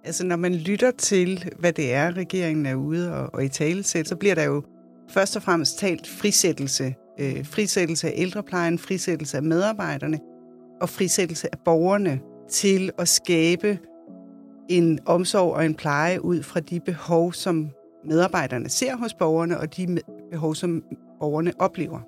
Altså, når man lytter til, hvad det er, regeringen er ude og italesætte, så bliver der jo først og fremmest talt frisættelse. Frisættelse af ældreplejen, frisættelse af medarbejderne og frisættelse af borgerne til at skabe en omsorg og en pleje ud fra de behov, som medarbejderne ser hos borgerne, og de behov, som borgerne oplever.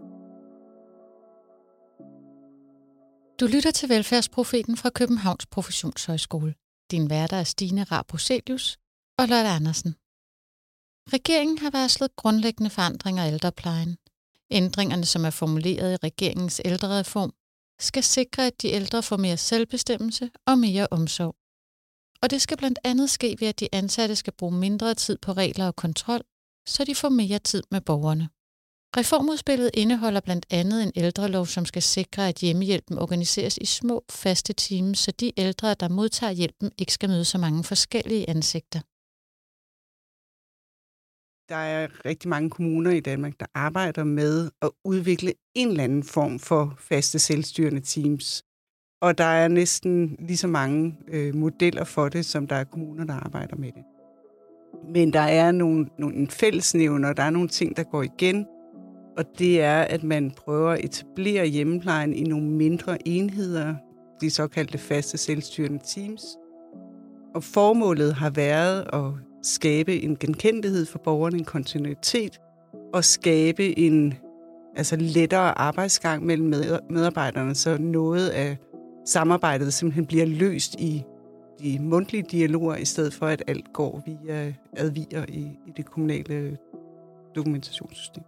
Du lytter til Velfærdsprofeten fra Københavns Professionshøjskole. Din værter er Stine Raab-Roselius og Lotte Andersen. Regeringen har varslet grundlæggende forandringer af ældreplejen. Ændringerne, som er formuleret i regeringens ældrereform, skal sikre, at de ældre får mere selvbestemmelse og mere omsorg. Og det skal blandt andet ske ved, at de ansatte skal bruge mindre tid på regler og kontrol, så de får mere tid med borgerne. Reformudspillet indeholder blandt andet en ældrelov, som skal sikre, at hjemmehjælpen organiseres i små, faste teams, så de ældre, der modtager hjælpen, ikke skal møde så mange forskellige ansigter. Der er rigtig mange kommuner i Danmark, der arbejder med at udvikle en eller anden form for faste selvstyrende teams. Og der er næsten lige så mange modeller for det, som der er kommuner, der arbejder med det. Men der er nogle fællesnævner, der er nogle ting, der går igen. Og det er, at man prøver at etablere hjemmeplejen i nogle mindre enheder, de såkaldte faste selvstyrende teams. Og formålet har været at skabe en genkendelighed for borgerne, en kontinuitet, og skabe en lettere arbejdsgang mellem medarbejderne, så noget af samarbejdet simpelthen bliver løst i de mundtlige dialoger, i stedet for at alt går via advier i det kommunale dokumentationssystem.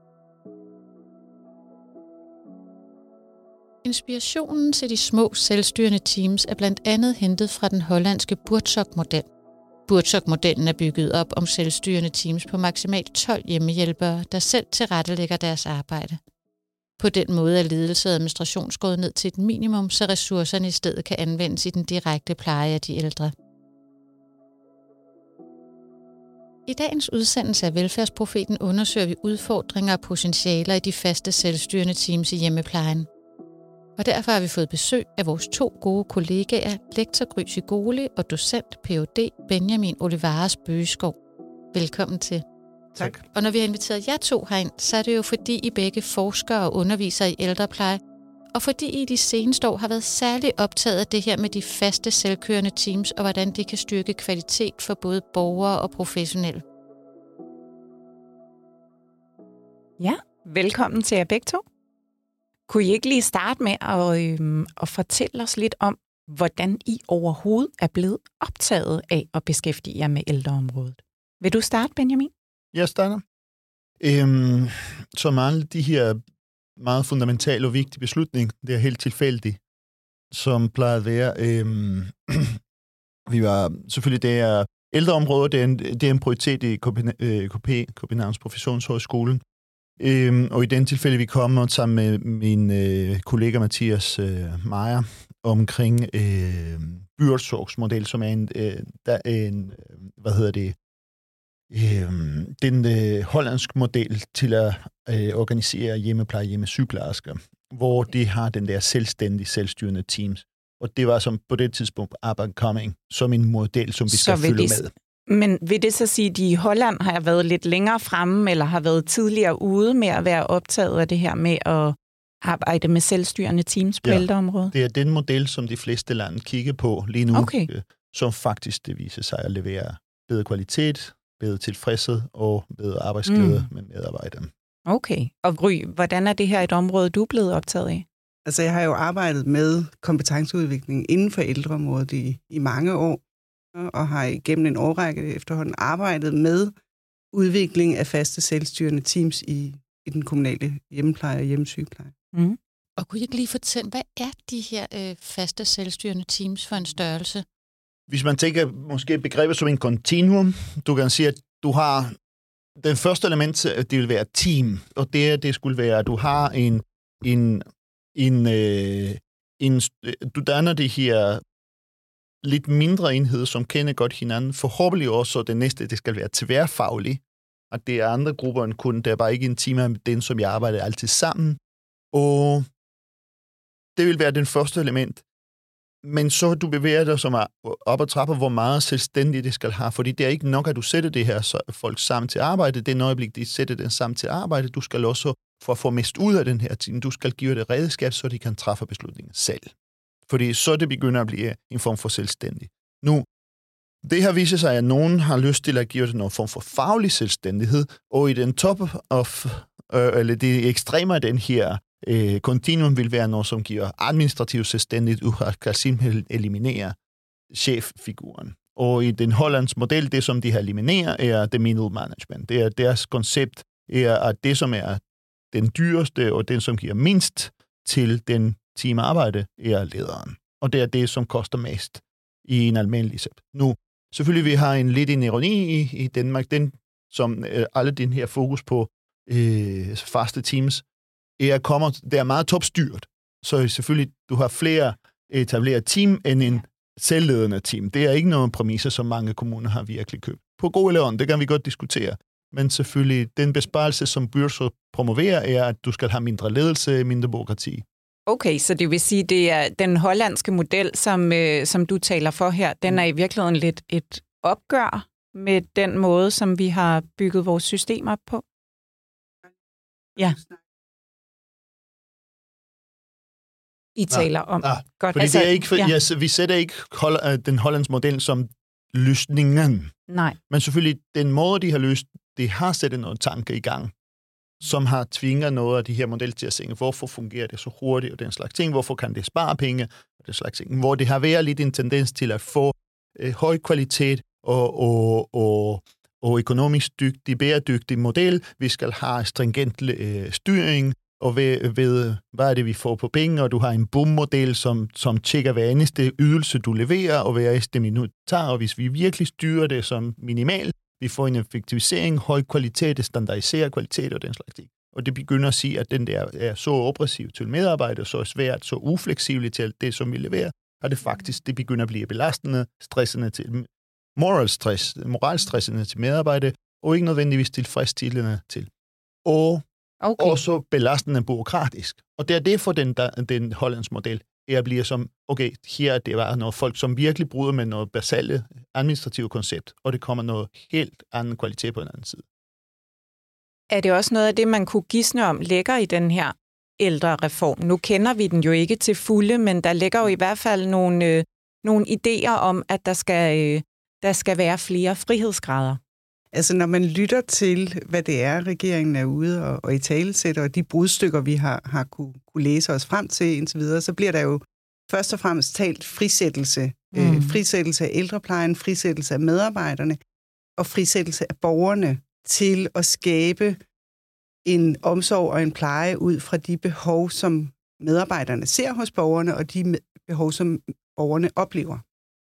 Inspirationen til de små selvstyrende teams er blandt andet hentet fra den hollandske Buurtzorg-model. Buurtzorg-modellen er bygget op om selvstyrende teams på maksimalt 12 hjemmehjælpere, der selv tilrettelægger deres arbejde. På den måde er ledelse og administration skåret ned til et minimum, så ressourcerne i stedet kan anvendes i den direkte pleje af de ældre. I dagens udsendelse af Velfærdsprofeten undersøger vi udfordringer og potentialer i de faste selvstyrende teams i hjemmeplejen. Og derfor har vi fået besøg af vores 2 gode kollegaer, lektor Gry Sigoli og docent Ph.D. Benjamin Olivares Bøgeskov. Velkommen til. Tak. Og når vi har inviteret jer 2 herind, så er det jo fordi I begge forskere og undervisere i ældrepleje, og fordi I de seneste år har været særligt optaget af det her med de faste selvkørende teams, og hvordan de kan styrke kvalitet for både borgere og professionelle. Ja, velkommen til jer begge 2. Kunne I ikke lige starte med at fortælle os lidt om, hvordan I overhovedet er blevet optaget af at beskæftige jer med ældreområdet? Vil du starte, Benjamin? Jeg starter. Som alle de her meget fundamentale og vigtige beslutninger, det er helt tilfældigt, som plejer at være. Vi var selvfølgelig, det er ældreområdet, det er en prioritet i Københavns Professionshøjskole. Og i den tilfælde, vi kommer sammen med min kollega Mathias Meyer omkring Buurtzorgs model, som er den hollandske model til at organisere hjemmepleje, hjemmesygeplejersker, hvor de har den der selvstændige, selvstyrende teams. Og det var som på det tidspunkt up and coming, som en model, som vi skal følge med. Men vil det så sige, at de i Holland har været lidt længere fremme, eller har været tidligere ude med at være optaget af det her med at arbejde med selvstyrende teams på ældreområdet? Det er den model, som de fleste lande kigger på lige nu, som faktisk det viser sig at levere bedre kvalitet, bedre tilfredshed og bedre arbejdsglæde med medarbejderne. Okay. Og Gry, hvordan er det her et område, du er blevet optaget af? Altså, jeg har jo arbejdet med kompetenceudvikling inden for ældreområdet i mange år, og har igennem en årrække efterhånden arbejdet med udvikling af faste selvstyrende teams i den kommunale hjemmepleje og hjemmesygepleje. Mm. Og kunne I ikke lige fortælle, hvad er de her faste selvstyrende teams for en størrelse? Hvis man tænker måske begrebet som en kontinuum, du kan sige, at du har den første element, det vil være team, og det skulle være, at du har du danner de her lidt mindre enheder, som kender godt hinanden. Forhåbentlig også, det næste, det skal være tværfagligt. At det er andre grupper end kun, det er bare ikke en team af den, som jeg arbejder altid sammen. Og det vil være den første element. Men så du bevæger dig som op ad trapper, hvor meget selvstændigt det skal have, fordi det er ikke nok, at du sætter det her folk sammen til arbejde. Det er en øjeblik, de sætter den sammen til arbejde. Du skal også, for at få mest ud af den her team, du skal give det redskab, så de kan træffe beslutningen selv. Fordi så det begynder at blive en form for selvstændig. Nu, det her viser sig, at nogen har lyst til at give det noget form for faglig selvstændighed, og i den top of, eller det ekstreme af den her kontinuum vil være noget, som giver administrativ selvstændighed, og kan simpelthen eliminere cheffiguren. Og i den hollandske model, det som de har elimineret, er det middle management. Det er deres koncept, er at det som er den dyreste, og den som giver mindst til den teamarbejde, er lederen. Og det er det, som koster mest i en almindelig sæt. Nu, selvfølgelig vi har lidt en ironi i Danmark, den som alle den her fokus på faste teams, det er meget topstyret. Så selvfølgelig, du har flere etableret team end en selvledende team. Det er ikke nogen præmisser, som mange kommuner har virkelig købt. På god eller ond, det kan vi godt diskutere. Men selvfølgelig, den besparelse, som Byrso promoverer, er, at du skal have mindre ledelse, mindre bureaukrati. Okay, så det vil sige, det er den hollandske model, som du taler for her, den er i virkeligheden lidt et opgør med den måde, som vi har bygget vores system op på? Ja. I taler om. Godt. Fordi det er ikke, vi sætter ikke den hollandske model som løsningen. Nej. Men selvfølgelig, den måde, de har løst, de har sat noget tanke i gang, som har tvinget noget af de her modeller til at tænke, hvorfor fungerer det så hurtigt, og den slags ting, hvorfor kan det spare penge, og den slags ting. Hvor det har været lidt en tendens til at få høj kvalitet og økonomisk bæredygtig model. Vi skal have stringent styring, og ved hvad er det, vi får på penge, og du har en BUM-model, som tjekker hver eneste ydelse, du leverer, og hver eneste minut tager, og hvis vi virkelig styrer det som minimalt, vi får en effektivisering, høj kvalitet, standardiseret kvalitet og den slags ting. Og det begynder at sige, at den der er så operativ til medarbejdere, så svært, så ufleksibel til det, som vi leverer, at det begynder at blive belastende, stressende til moralstressende til medarbejdere, og ikke nødvendigvis tilfredsstillende til. Og også belastende bureaukratisk. Og det er det for den hollandske model, er bliver som, okay, her det var noget folk, som virkelig bryder med noget basale administrative koncept, og det kommer noget helt anden kvalitet på en anden side. Er det også noget af det, man kunne gisne om, ligger i den her ældre reform? Nu kender vi den jo ikke til fulde, men der ligger jo i hvert fald nogle idéer om, at der skal være flere frihedsgrader. Altså, når man lytter til, hvad det er, regeringen er ude og italesætter, og de brudstykker, vi har kunne læse os frem til indtil videre, så bliver der jo først og fremmest talt frisættelse. Frisættelse af ældreplejen, frisættelse af medarbejderne og frisættelse af borgerne til at skabe en omsorg og en pleje ud fra de behov, som medarbejderne ser hos borgerne, og de behov, som borgerne oplever.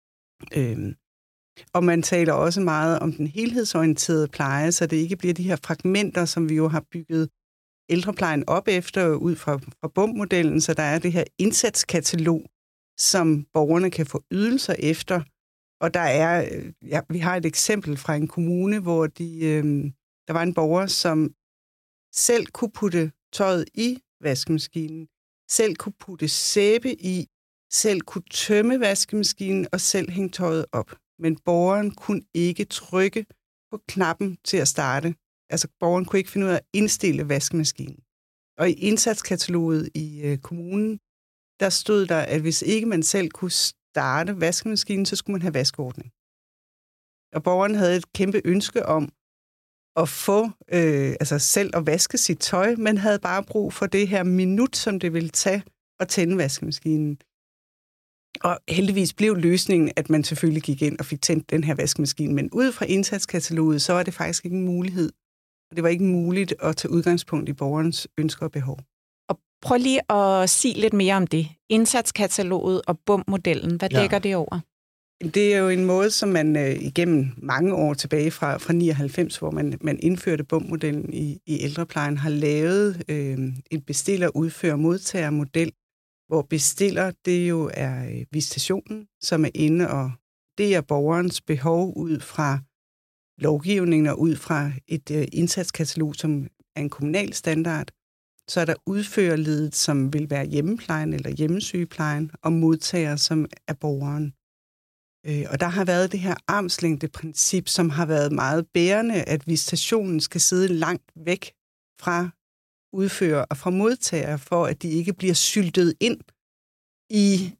Og man taler også meget om den helhedsorienterede pleje, så det ikke bliver de her fragmenter, som vi jo har bygget ældreplejen op efter, ud fra BUM-modellen, så der er det her indsatskatalog, som borgerne kan få ydelser efter. Og der er, vi har et eksempel fra en kommune, hvor der var en borger, som selv kunne putte tøjet i vaskemaskinen, selv kunne putte sæbe i, selv kunne tømme vaskemaskinen og selv hænge tøjet op. Men borgeren kunne ikke trykke på knappen til at starte. Altså, borgeren kunne ikke finde ud af at indstille vaskemaskinen. Og i indsatskataloget i kommunen, der stod der, at hvis ikke man selv kunne starte vaskemaskinen, så skulle man have vaskeordning. Og borgeren havde et kæmpe ønske om at få, selv at vaske sit tøj, men havde bare brug for det her minut, som det ville tage at tænde vaskemaskinen. Og heldigvis blev løsningen, at man selvfølgelig gik ind og fik tændt den her vaskemaskine. Men ud fra indsatskataloget, så var det faktisk ikke en mulighed. Og det var ikke muligt at tage udgangspunkt i borgerens ønsker og behov. Og prøv lige at sige lidt mere om det. Indsatskataloget og BUM-modellen, hvad dækker det over? Det er jo en måde, som man igennem mange år tilbage fra 99, hvor man indførte BUM-modellen i ældreplejen, har lavet en bestiller-udfører-modtager-model, hvor bestiller, det jo er visitationen, som er inde, og det er borgerens behov ud fra lovgivningen og ud fra et indsatskatalog, som er en kommunal standard. Så er der udførerledet, som vil være hjemmeplejen eller hjemmesygeplejen, og modtager, som er borgeren. Og der har været det her armslængdeprincip, som har været meget bærende, at visitationen skal sidde langt væk fra udfører og fra modtager, for at de ikke bliver syltet ind i,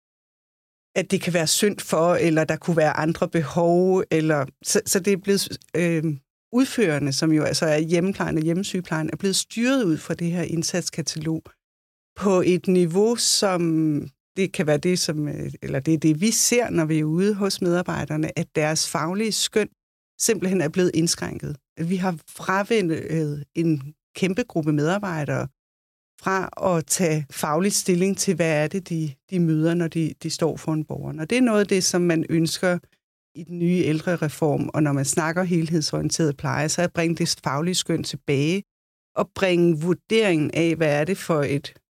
at det kan være synd for, eller der kunne være andre behov. Så det er blevet udførende, som jo altså er hjemmeplejen og hjemmesygeplejen, er blevet styret ud fra det her indsatskatalog på et niveau, som det kan være det, eller det er det, vi ser, når vi er ude hos medarbejderne, at deres faglige skøn simpelthen er blevet indskrænket. Vi har fravendet en kæmpe gruppe medarbejdere fra at tage faglig stilling til, hvad er det, de møder, når de står foran borgeren. Og det er noget af det, som man ønsker i den nye ældrereform, og når man snakker helhedsorienteret pleje, så at bringe det faglige skøn tilbage, og bringe vurderingen af, hvad er det for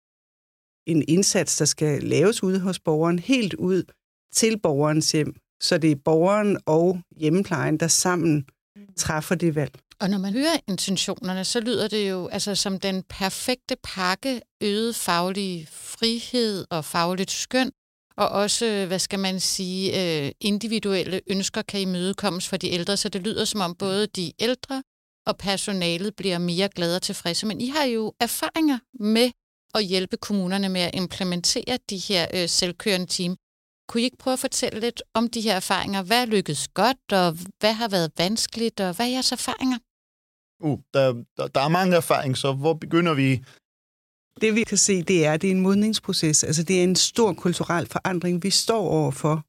en indsats, der skal laves ude hos borgeren, helt ud til borgerens hjem. Så det er borgeren og hjemmeplejen, der sammen træffer det valg. Og når man hører intentionerne, så lyder det jo altså som den perfekte pakke, øget faglig frihed og fagligt skøn, og også, hvad skal man sige, individuelle ønsker kan imødekommes for de ældre, så det lyder som om både de ældre og personalet bliver mere glade og tilfredse. Men I har jo erfaringer med at hjælpe kommunerne med at implementere de her selvkørende team. Kunne I ikke prøve at fortælle lidt om de her erfaringer? Hvad lykkedes godt, og hvad har været vanskeligt, og hvad er jeres erfaringer? Der er mange erfaringer, så hvor begynder vi? Det vi kan se, det er en modningsproces. Altså det er en stor kulturel forandring, vi står overfor.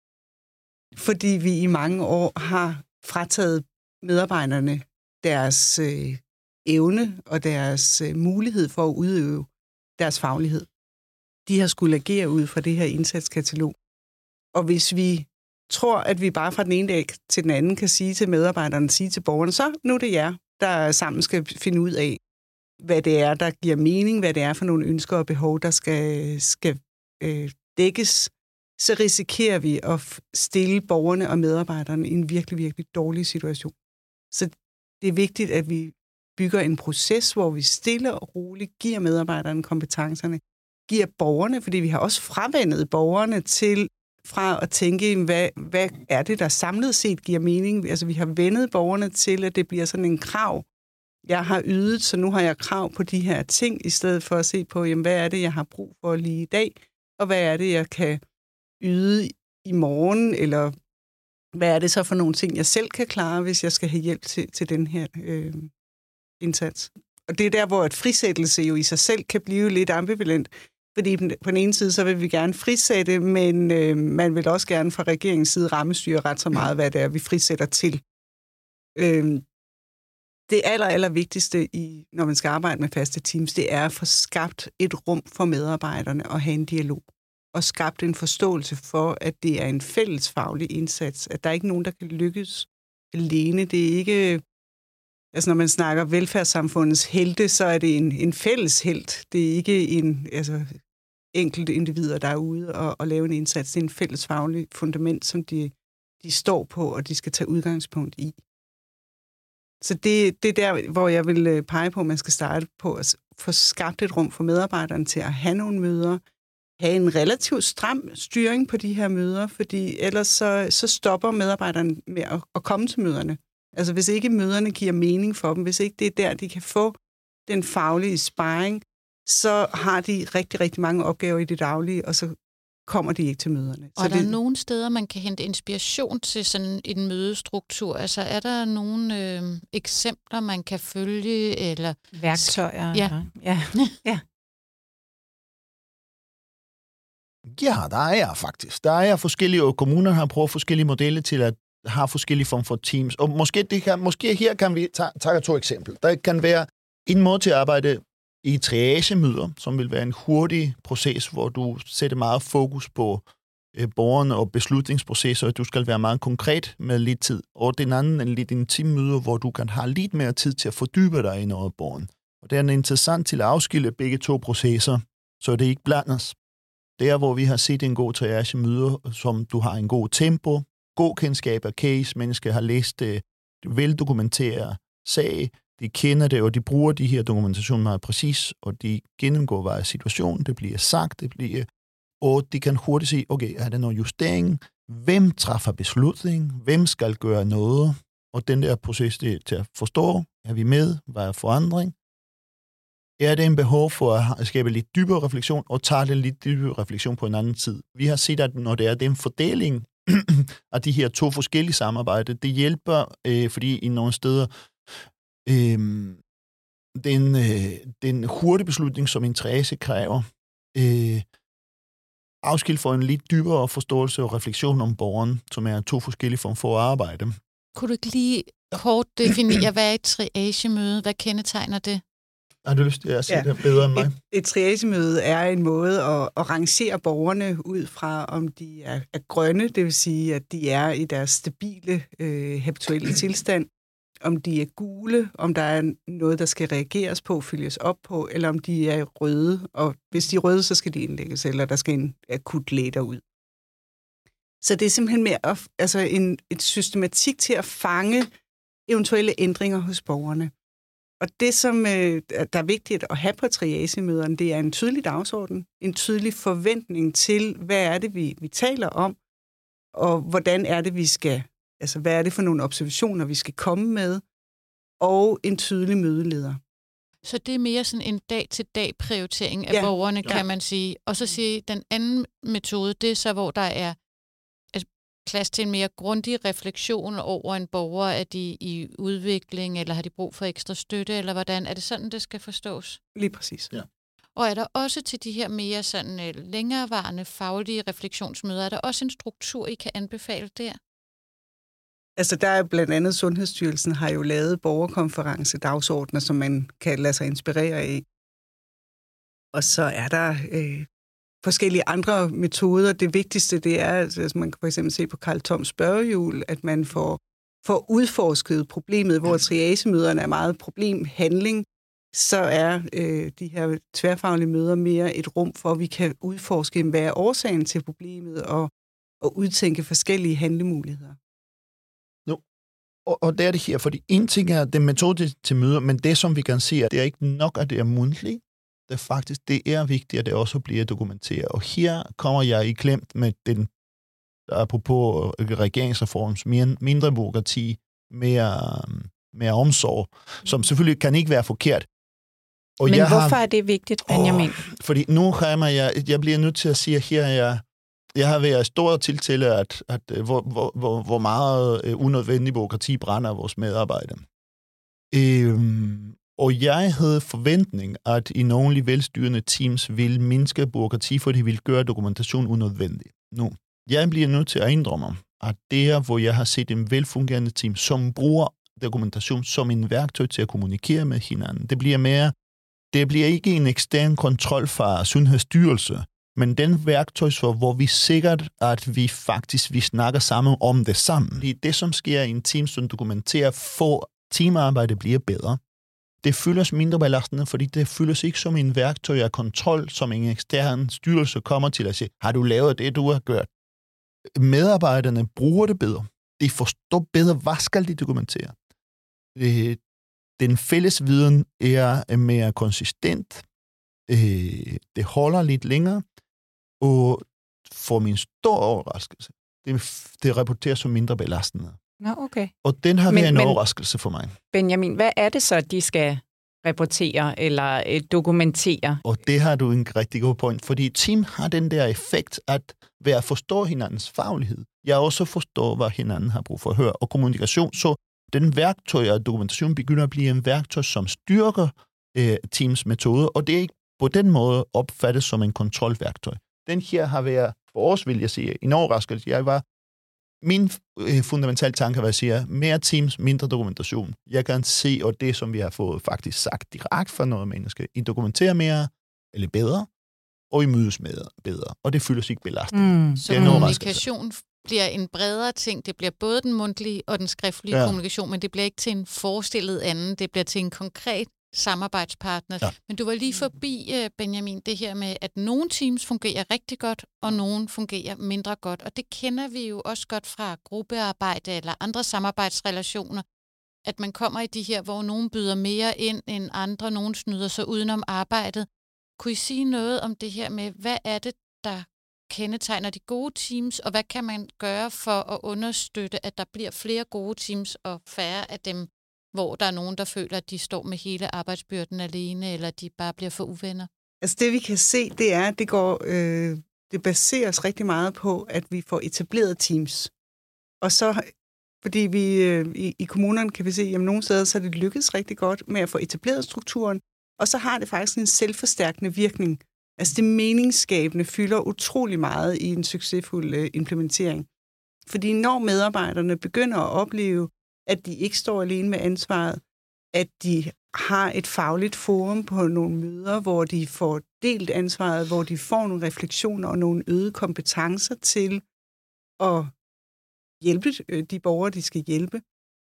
Fordi vi i mange år har frataget medarbejderne deres evne og deres mulighed for at udøve deres faglighed. De har skulle agere ud fra det her indsatskatalog. Og hvis vi tror, at vi bare fra den ene dag til den anden kan sige til medarbejderne, sige til borgerne, så nu er det jer, der sammen skal finde ud af, hvad det er, der giver mening, hvad det er for nogle ønsker og behov, der skal dækkes, så risikerer vi at stille borgerne og medarbejderne i en virkelig, virkelig dårlig situation. Så det er vigtigt, at vi bygger en proces, hvor vi stille og roligt giver medarbejderne kompetencerne, giver borgerne, fordi vi har også fravendet borgerne til fra at tænke, hvad er det, der samlet set giver mening. Altså vi har vendet borgerne til, at det bliver sådan en krav. Jeg har ydet, så nu har jeg krav på de her ting, i stedet for at se på, jamen, hvad er det, jeg har brug for lige i dag, og hvad er det, jeg kan yde i morgen, eller hvad er det så for nogle ting, jeg selv kan klare, hvis jeg skal have hjælp til den her indsats. Og det er der, hvor et frisættelse jo i sig selv kan blive lidt ambivalent, fordi på den ene side, så vil vi gerne frisætte, men man vil også gerne fra regeringens side rammestyre ret så meget, hvad det er, vi frisætter til. Det aller vigtigste, når man skal arbejde med faste teams, det er at få skabt et rum for medarbejderne og have en dialog. Og skabt en forståelse for, at det er en fælles faglig indsats. At der er ikke nogen, der kan lykkes alene. Det er ikke... Altså når man snakker velfærdssamfundets helte, så er det en fælles helt. Det er ikke enkelte individer, der er ude og lave en indsats. Det er en fælles faglig fundament, som de står på, og de skal tage udgangspunkt i. Så det er der, hvor jeg vil pege på, at man skal starte på at få skabt et rum for medarbejderne til at have nogle møder, have en relativt stram styring på de her møder, fordi ellers så stopper medarbejderne med at komme til møderne. Altså hvis ikke møderne giver mening for dem, hvis ikke det er der, de kan få den faglige sparring, så har de rigtig, rigtig mange opgaver i det daglige, og så kommer de ikke til møderne. Og er der nogle steder, man kan hente inspiration til sådan en mødestruktur? Altså er der nogle eksempler, man kan følge? Eller værktøjer? Ja. Ja, der er faktisk. Der er forskellige, og kommuner har prøvet forskellige modeller til at have forskellige former for teams. Og måske her kan vi tage 2 eksempler. Der kan være en måde til at arbejde i triagemøder, som vil være en hurtig proces, hvor du sætter meget fokus på borgerne og beslutningsprocesser, og du skal være meget konkret med lidt tid. Og den anden en lidt intim møde, hvor du kan have lidt mere tid til at fordybe dig i noget borgeren. Og det er interessant til at afskille begge 2 processer, så det ikke blandes. Der, hvor vi har set en god triagemøde, som du har en god tempo, god kendskab af case, mennesker har læst det, veldokumenteret sag, De kender det, og de bruger de her dokumentationer meget præcis, og de gennemgår hver situation, det bliver sagt, og de kan hurtigt sige, okay, er der noget justering? Hvem træffer beslutning? Hvem skal gøre noget? Og den der proces, det er til at forstå, er vi med? Hvad er forandring? Er det en behov for at skabe lidt dybere refleksion, og tage det lidt dybere refleksion på en anden tid? Vi har set, at når det er den fordeling af de her to forskellige samarbejder, det hjælper, fordi i nogle steder, den hurtige beslutning, som interesse kræver, afskilt for en lidt dybere forståelse og refleksion om borgeren, som er to forskellige former for at arbejde. Kunne du ikke lige kort definere, hvad er et triagemøde? Hvad kendetegner det? Har du lyst til at sige det bedre end mig? Et triagemøde er en måde at rangere borgerne ud fra, om de er grønne, det vil sige, at de er i deres stabile habituelle tilstand, om de er gule, om der er noget, der skal reageres på, følges op på, eller om de er røde, og hvis de er røde, så skal de indlægges, eller der skal en akut læge derud. Så det er simpelthen mere et systematik til at fange eventuelle ændringer hos borgerne. Og det, som der er vigtigt at have på triagemøderne, det er en tydelig dagsorden, en tydelig forventning til, hvad er det, vi taler om, og hvordan er det, hvad er det for nogle observationer, vi skal komme med, og en tydelig mødeleder. Så det er mere sådan en dag-til-dag prioritering af borgerne, kan man sige. Og så sige, den anden metode, det er så, hvor der er plads til en mere grundig refleksion over en borger. Er de i udvikling, eller har de brug for ekstra støtte, eller hvordan? Er det sådan, det skal forstås? Lige præcis. Ja. Og er der også til de her mere sådan længerevarende faglige refleksionsmøder, er der også en struktur, I kan anbefale der? Altså der er blandt andet Sundhedsstyrelsen har jo lavet borgerkonferencedagsordner, som man kan lade sig inspirere af. Og så er der forskellige andre metoder. Det vigtigste, det er, altså man kan for eksempel se på Carl Toms spørgehjul, at man får udforsket problemet, hvor triagemøderne er meget problemhandling, så er de her tværfaglige møder mere et rum for, at vi kan udforske, hvad er årsagen til problemet, og udtænke forskellige handlemuligheder. Og det er det her, fordi en ting er den metode til møder, men det, som vi kan se, det er ikke nok, at det er mundtligt. Det er vigtigt, at det også bliver dokumenteret. Og her kommer jeg i klemt med den, apropos regeringsreforms, mindre bureaukrati, mere omsorg, som selvfølgelig kan ikke være forkert. Og men hvorfor er det vigtigt, Benjamin? Fordi nu jeg bliver nødt til at sige, her jeg har været stort tiltale, at hvor meget unødvendig bureaukrati brænder vores medarbejdere. Og jeg havde forventning, at i nogle velstyrende teams vil mindske bureaukrati, for de vil gøre dokumentation unødvendig. Nu, jeg bliver nødt til at indrømme, at der, hvor jeg har set en velfungerende team, som bruger dokumentation som en værktøj til at kommunikere med hinanden, det bliver ikke en ekstern kontrol fra Sundhedsstyrelsen, men den værktøj, hvor vi sikkert, at vi snakker sammen om det sammen. Det, som sker i en team, som dokumenterer, for teamarbejde bliver bedre. Det føles mindre belastende, fordi det føles ikke som en værktøj af kontrol, som en ekstern styrelse kommer til at sige, har du lavet det, du har gjort? Medarbejderne bruger det bedre. De forstår bedre, hvad skal de dokumentere? Den fælles viden er mere konsistent. Det holder lidt længere. Og for min store overraskelse, det rapporterer som mindre belastende. Nå, okay. Og den har været en overraskelse for mig. Benjamin, hvad er det så, de skal rapportere eller dokumentere? Og det har du en rigtig god point, fordi team har den der effekt at være at forstå hinandens faglighed. Jeg også forstår, hvad hinanden har brug for at høre. Og kommunikation, så den værktøj og dokumentation begynder at blive en værktøj, som styrker teams metode, og det er ikke på den måde opfattet som en kontrolværktøj. Den her har været, for os vil jeg sige, en overraskelse. Min fundamentale tanke var at sige, mere teams, mindre dokumentation. Jeg kan se, og det som vi har fået faktisk sagt direkte fra noget menneske, I dokumenterer mere eller bedre, og I mødes med bedre. Og det føles ikke belastende. Så kommunikation bliver en bredere ting. Det bliver både den mundtlige og den skriftlige kommunikation, men det bliver ikke til en forestillet anden. Det bliver til en konkret samarbejdspartner. Ja. Men du var lige forbi, Benjamin, det her med, at nogle teams fungerer rigtig godt, og nogle fungerer mindre godt. Og det kender vi jo også godt fra gruppearbejde eller andre samarbejdsrelationer. at man kommer i de her, hvor nogen byder mere ind end andre, nogen snyder sig udenom arbejdet. Kunne I sige noget om det her med, hvad er det, der kendetegner de gode teams, og hvad kan man gøre for at understøtte, at der bliver flere gode teams og færre af dem, hvor der er nogen, der føler, at de står med hele arbejdsbyrden alene, eller de bare bliver for uvenner? Altså det, vi kan se, det er, at det baseres rigtig meget på, at vi får etableret teams. Og så, fordi vi i kommunerne kan vi se, at nogle steder så er det lykkedes rigtig godt med at få etableret strukturen, og så har det faktisk en selvforstærkende virkning. Altså det meningsskabende fylder utrolig meget i en succesfuld implementering. Fordi når medarbejderne begynder at opleve, at de ikke står alene med ansvaret, at de har et fagligt forum på nogle møder, hvor de får delt ansvaret, hvor de får nogle refleksioner og nogle øgede kompetencer til at hjælpe de borgere, de skal hjælpe,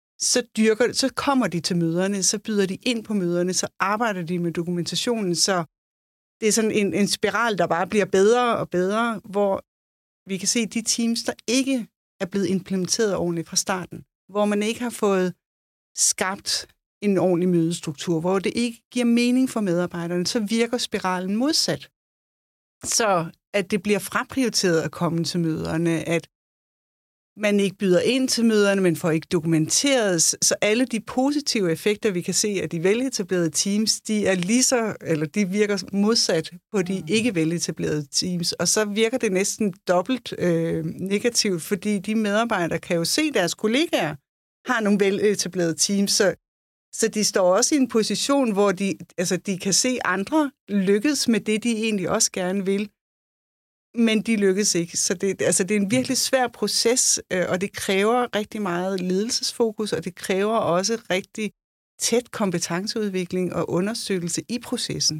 så kommer de til møderne, så byder de ind på møderne, så arbejder de med dokumentationen, så det er sådan en spiral, der bare bliver bedre og bedre, hvor vi kan se de teams, der ikke er blevet implementeret ordentligt fra starten, hvor man ikke har fået skabt en ordentlig mødestruktur, hvor det ikke giver mening for medarbejderne, så virker spiralen modsat. Så at det bliver fraprioriteret at komme til møderne, at man ikke byder ind til møderne, men får ikke dokumenteret. Så alle de positive effekter, vi kan se af de veletablerede teams, de virker modsat på de ikke veletablerede teams. Og så virker det næsten dobbelt negativt, fordi de medarbejdere kan jo se deres kollegaer har nogle veletablerede teams, så de står også i en position, hvor de kan se andre lykkes med det, de egentlig også gerne vil, men de lykkes ikke. Så det er en virkelig svær proces, og det kræver rigtig meget ledelsesfokus, og det kræver også rigtig tæt kompetenceudvikling og undersøgelse i processen.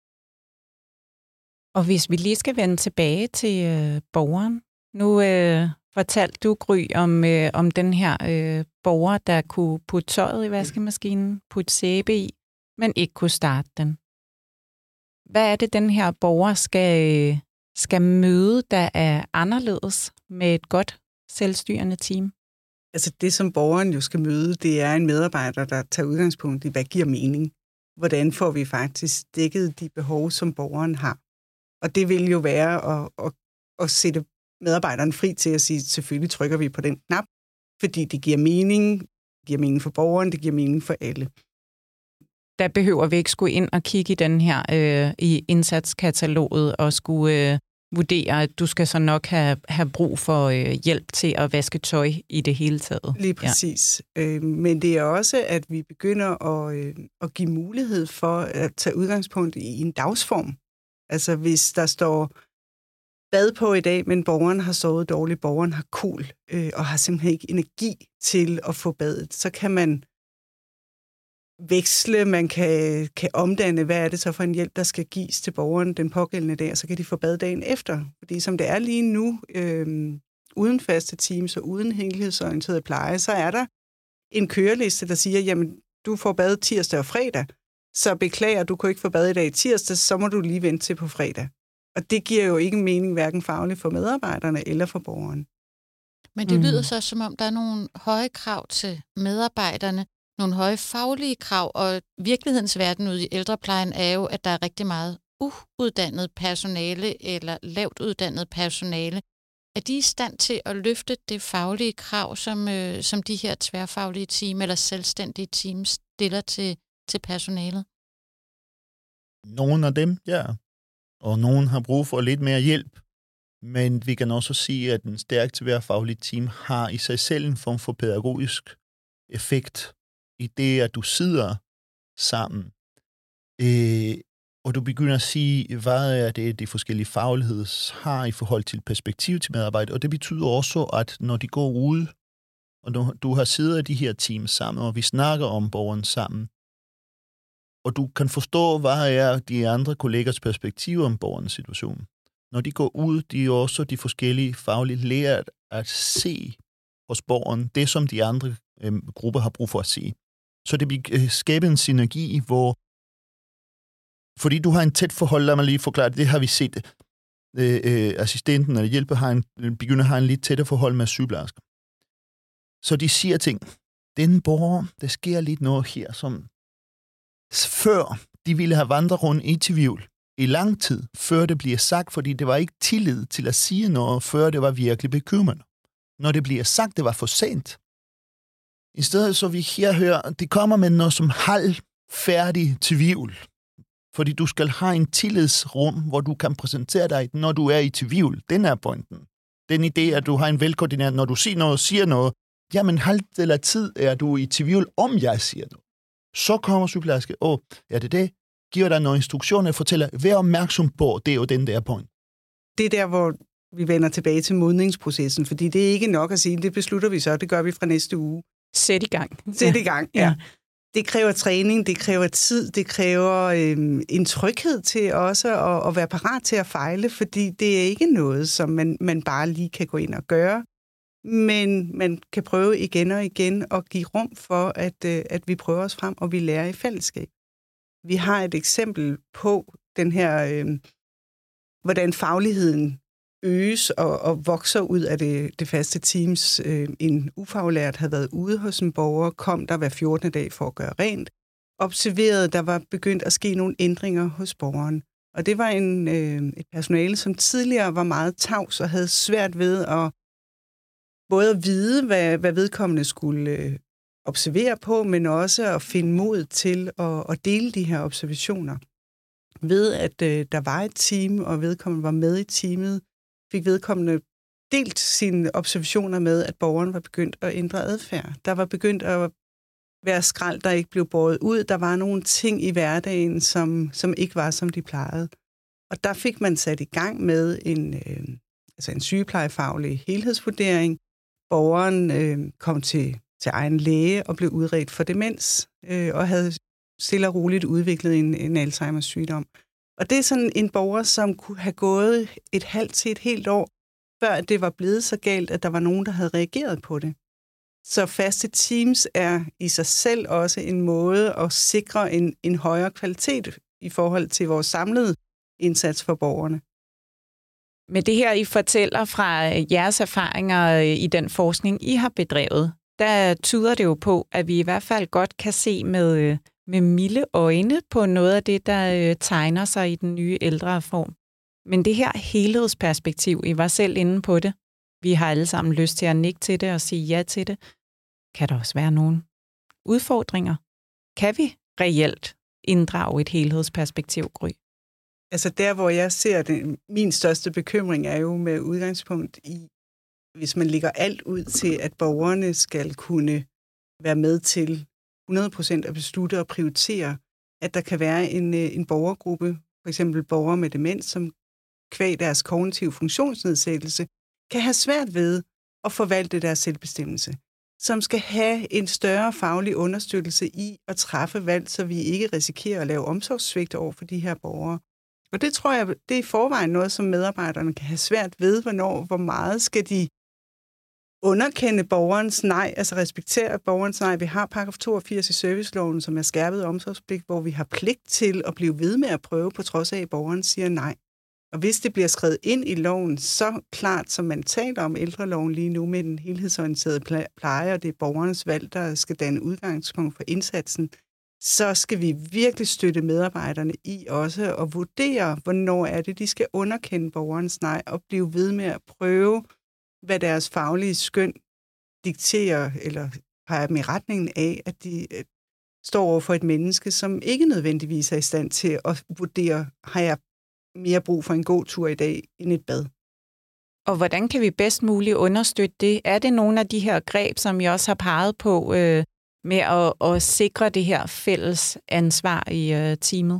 Og hvis vi lige skal vende tilbage til borgeren. Nu fortalte du, Gry, om den her borger, der kunne putte tøjet i vaskemaskinen, putte sæbe i, men ikke kunne starte den. Hvad er det, den her borger skal møde, der er anderledes med et godt selvstyrende team? Altså det, som borgeren jo skal møde, det er en medarbejder, der tager udgangspunkt i, hvad giver mening. Hvordan får vi faktisk dækket de behov, som borgeren har? Og det vil jo være at sætte medarbejderen fri til at sige, selvfølgelig trykker vi på den knap, fordi det giver mening. Det giver mening for borgeren, det giver mening for alle. Der behøver vi ikke skulle ind og kigge i den her i indsatskataloget og skulle vurdere, at du skal så nok have brug for hjælp til at vaske tøj i det hele taget. Lige præcis. Ja. Men det er også, at vi begynder at give mulighed for at tage udgangspunkt i en dagsform. Altså hvis der står bad på i dag, men borgeren har sovet dårligt, borgeren har kol og har simpelthen ikke energi til at få badet, så kan man veksle, man kan omdanne, hvad er det så for en hjælp, der skal gives til borgeren den pågældende dag, og så kan de få bad dagen efter. Fordi som det er lige nu, uden faste teams og uden helhedsorienteret pleje, så er der en køreliste, der siger, jamen, du får bad tirsdag og fredag, så beklager, du kunne ikke få bad i dag tirsdag, så må du lige vente til på fredag. Og det giver jo ikke mening, hverken fagligt for medarbejderne eller for borgeren. Men det lyder så, som om der er nogle høje krav til medarbejderne, nogle høje faglige krav, og virkelighedens verden ude i ældreplejen er jo, at der er rigtig meget uuddannet personale eller lavt uddannet personale. Er de i stand til at løfte det faglige krav, som de her tværfaglige team eller selvstændige teams stiller til personalet? Nogle af dem, ja. Og nogen har brug for lidt mere hjælp. Men vi kan også sige, at en stærkt tværfaglig team har i sig selv en form for pædagogisk effekt i det, at du sidder sammen, og du begynder at sige, hvad er det, de forskellige fagligheder har i forhold til perspektiv til medarbejde. Og det betyder også, at når de går ud, og når du har siddet i de her teams sammen, og vi snakker om borgeren sammen, og du kan forstå, hvad er de andre kollegers perspektiver om borgerens situation. Når de går ud, de er også de forskellige faglige lærer at se hos borgeren, det som de andre grupper har brug for at se. Så det skaber en synergi, hvor, fordi du har en tæt forhold, lad mig lige forklare det har vi set. Assistenten eller hjælper begynder at have en lidt tættere forhold med sygeplejersker. Så de siger ting, den borger, der sker lidt noget her, som før de ville have vandret rundt i tvivl i lang tid, før det bliver sagt, fordi det var ikke tillid til at sige noget, før det var virkelig bekymrende. Når det bliver sagt, det var for sent. I stedet så vi her hører, de kommer med noget som halvfærdig tvivl. Fordi du skal have en tillidsrum, hvor du kan præsentere dig, når du er i tvivl. Den er pointen. Den idé, at du har en velkoordineret, når du siger noget, jamen halvt eller tid er du i tvivl, om jeg siger noget. Så kommer sygeplejerske, er det? Giver dig nogle instruktioner og fortæller, vær opmærksom på, det er jo den der point. Det er der, hvor vi vender tilbage til modningsprocessen, fordi det er ikke nok at sige, det beslutter vi så, det gør vi fra næste uge. Sæt i gang. Sæt i gang, ja. Det kræver træning, det kræver tid, det kræver en tryghed til også at være parat til at fejle, fordi det er ikke noget, som man bare lige kan gå ind og gøre, men man kan prøve igen og igen og give rum for, at vi prøver os frem, og vi lærer i fællesskab. Vi har et eksempel på den her, hvordan fagligheden øges og vokser ud af det faste teams. En ufaglært havde været ude hos en borger, kom der hver 14. dag for at gøre rent, observerede, der var begyndt at ske nogle ændringer hos borgeren. Og det var et personale, som tidligere var meget tavs og havde svært ved at både at vide, hvad vedkommende skulle observere på, men også at finde mod til at dele de her observationer. Ved at der var et team, og vedkommende var med i teamet, fik vedkommende delt sine observationer med, at borgeren var begyndt at ændre adfærd. Der var begyndt at være skrald, der ikke blev båret ud. Der var nogle ting i hverdagen, som ikke var, som de plejede. Og der fik man sat i gang med en sygeplejefaglig helhedsvurdering. Borgeren kom til egen læge og blev udredt for demens, og havde stille og roligt udviklet en Alzheimers sygdom. Og det er sådan en borger, som kunne have gået et halvt til et helt år, før det var blevet så galt, at der var nogen, der havde reageret på det. Så faste teams er i sig selv også en måde at sikre en højere kvalitet i forhold til vores samlede indsats for borgerne. Med det her, I fortæller fra jeres erfaringer i den forskning, I har bedrevet, der tyder det jo på, at vi i hvert fald godt kan se med milde øjne på noget af det, der tegner sig i den nye ældrereform. Men det her helhedsperspektiv, I var selv inde på det, vi har alle sammen lyst til at nikke til det og sige ja til det. Kan der også være nogle udfordringer? Kan vi reelt inddrage et helhedsperspektiv, Gry? Altså der, hvor jeg ser det, min største bekymring er jo med udgangspunkt i, hvis man lægger alt ud til, at borgerne skal kunne være med til 100% at beslutte og prioritere, at der kan være en borgergruppe, for eksempel borgere med demens, som kvæg deres kognitive funktionsnedsættelse, kan have svært ved at forvalte deres selvbestemmelse, som skal have en større faglig understøttelse i at træffe valg, så vi ikke risikerer at lave omsorgssvigt over for de her borgere. Og det tror jeg, det er i forvejen noget, som medarbejderne kan have svært ved, hvor meget skal de underkende borgerens nej, altså respektere borgerens nej. Vi har paragraf 82 i serviceloven, som er skærpet omsorgspligt, hvor vi har pligt til at blive ved med at prøve, på trods af, at borgeren siger nej. Og hvis det bliver skrevet ind i loven, så klart, som man taler om ældreloven lige nu med den helhedsorienterede pleje, og det er borgernes valg, der skal danne udgangspunkt for indsatsen, så skal vi virkelig støtte medarbejderne i også at vurdere, hvornår er det, de skal underkende borgerens nej, og blive ved med at prøve, hvad deres faglige skøn dikterer, eller peger dem i retningen af, at de står over for et menneske, som ikke nødvendigvis er i stand til at vurdere, har jeg mere brug for en god tur i dag end et bad. Og hvordan kan vi bedst muligt understøtte det? Er det nogle af de her greb, som I også har peget på med at sikre det her fælles ansvar i teamet?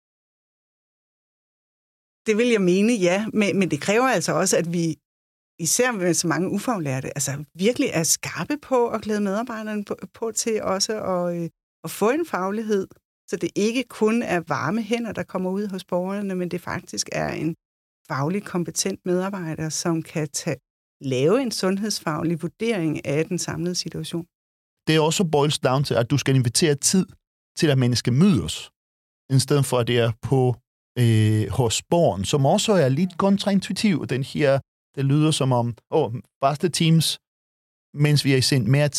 Det vil jeg mene, ja. Men det kræver altså også, at vi, især med så mange ufaglærte, altså virkelig er skarpe på at glæde medarbejderne på til også at få en faglighed, så det ikke kun er varme hænder, der kommer ud hos borgerne, men det faktisk er en faglig kompetent medarbejder, som kan lave en sundhedsfaglig vurdering af den samlede situation. Det er også boils down til, at du skal invitere tid til, at mennesker mødes, i stedet for at det er på hos borgeren, som også er lidt kontraintuitiv. Den her, det lyder som om, faste teams, mens vi har sendt mere tid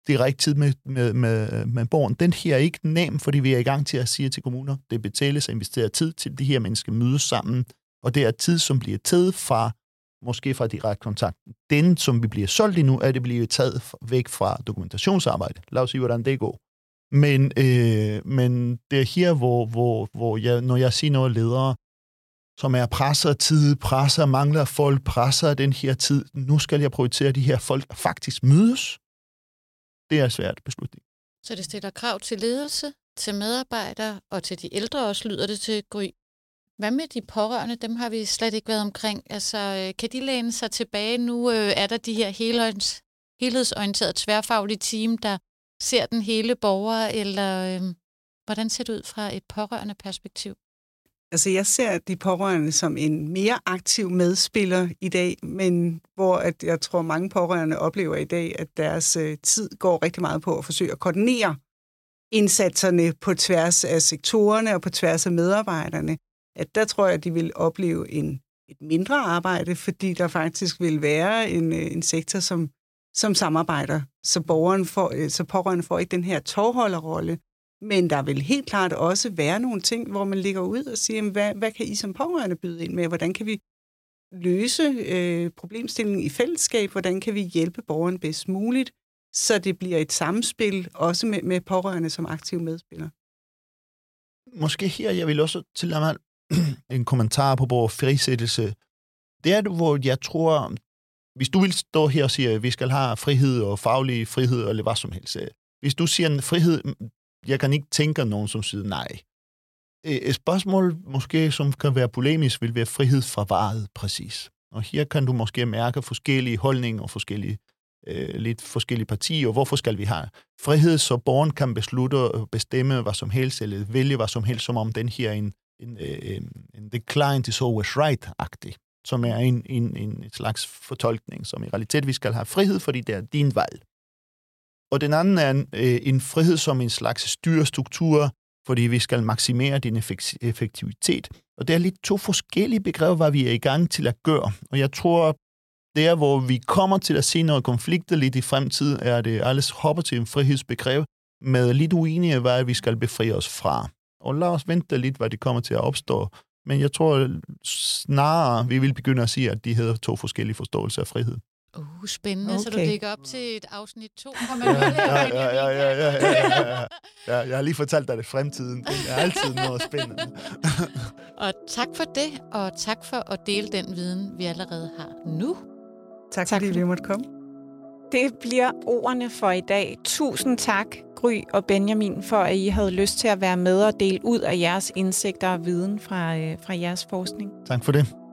direkte tid med borgeren. Den her er ikke nem, fordi vi er i gang til at sige til kommuner, det betales at investere tid til de her mennesker mødes sammen, og det er tid, som bliver taget fra, måske fra direkte kontakt. Den, som vi bliver solgt i nu, er det bliver taget væk fra dokumentationsarbejde. Lad os se, hvordan det går. Men det er her, hvor jeg, når jeg siger noget ledere, som er presser tid, presser, mangler folk, presser den her tid. Nu skal jeg prioritere de her folk at faktisk mødes. Det er svært beslutning. Så det stiller krav til ledelse, til medarbejdere og til de ældre også, lyder det til Gry. Hvad med de pårørende? Dem har vi slet ikke været omkring. Altså, kan de læne sig tilbage? Nu er der de her helhedsorienterede tværfaglige team, der ser den hele borger, eller hvordan ser det ud fra et pårørende perspektiv? Altså, jeg ser de pårørende som en mere aktiv medspiller i dag, men hvor at jeg tror, mange pårørende oplever i dag, at deres tid går rigtig meget på at forsøge at koordinere indsatserne på tværs af sektorerne og på tværs af medarbejderne. At der tror jeg, at de vil opleve et mindre arbejde, fordi der faktisk vil være en sektor, som samarbejder, så pårørende får ikke den her tovholderrolle. Men der vil helt klart også være nogle ting, hvor man ligger ud og siger, hvad kan I som pårørende byde ind med? Hvordan kan vi løse problemstillingen i fællesskab? Hvordan kan vi hjælpe borgeren bedst muligt, så det bliver et samspil, også med pårørende som aktive medspillere? Måske her, jeg vil også tillade mig en kommentar på vores frisættelse. Det er, hvor jeg tror, hvis du vil stå her og sige, at vi skal have frihed og faglig frihed, eller hvad som helst. Hvis du siger en frihed, jeg kan ikke tænke nogen, som siger nej. Et spørgsmål, måske som kan være polemisk, vil være frihed fra varet, præcis. Og her kan du måske mærke forskellige holdninger og lidt forskellige partier, og hvorfor skal vi have frihed, så borgeren kan beslutte og bestemme hvad som helst, eller vælge hvad som helst, som om den her en the client is always right-agtig, som er en slags fortolkning, som i realitet vi skal have frihed, fordi det er din valg. Og den anden er en frihed som en slags styrestruktur, fordi vi skal maksimere din effektivitet. Og det er lidt to forskellige begreber, hvad vi er i gang til at gøre. Og jeg tror, der hvor vi kommer til at se noget konflikter lidt i fremtiden, er det alles hopper til en frihedsbegreb, med lidt uenige, hvad vi skal befri os fra. Og lad os vente lidt, hvad det kommer til at opstå. Men jeg tror snarere, vi vil begynde at sige, at de hedder to forskellige forståelser af frihed. Spændende, okay. Så du lægger op til et afsnit 2. Ja, jeg har lige fortalt dig det fremtiden. Det er altid noget spændende. Og tak for det, og tak for at dele den viden, vi allerede har nu. Tak fordi vi måtte komme. Det bliver ordene for i dag. Tusind tak, Gry og Benjamin, for at I havde lyst til at være med og dele ud af jeres indsigter og viden fra jeres forskning. Tak for det.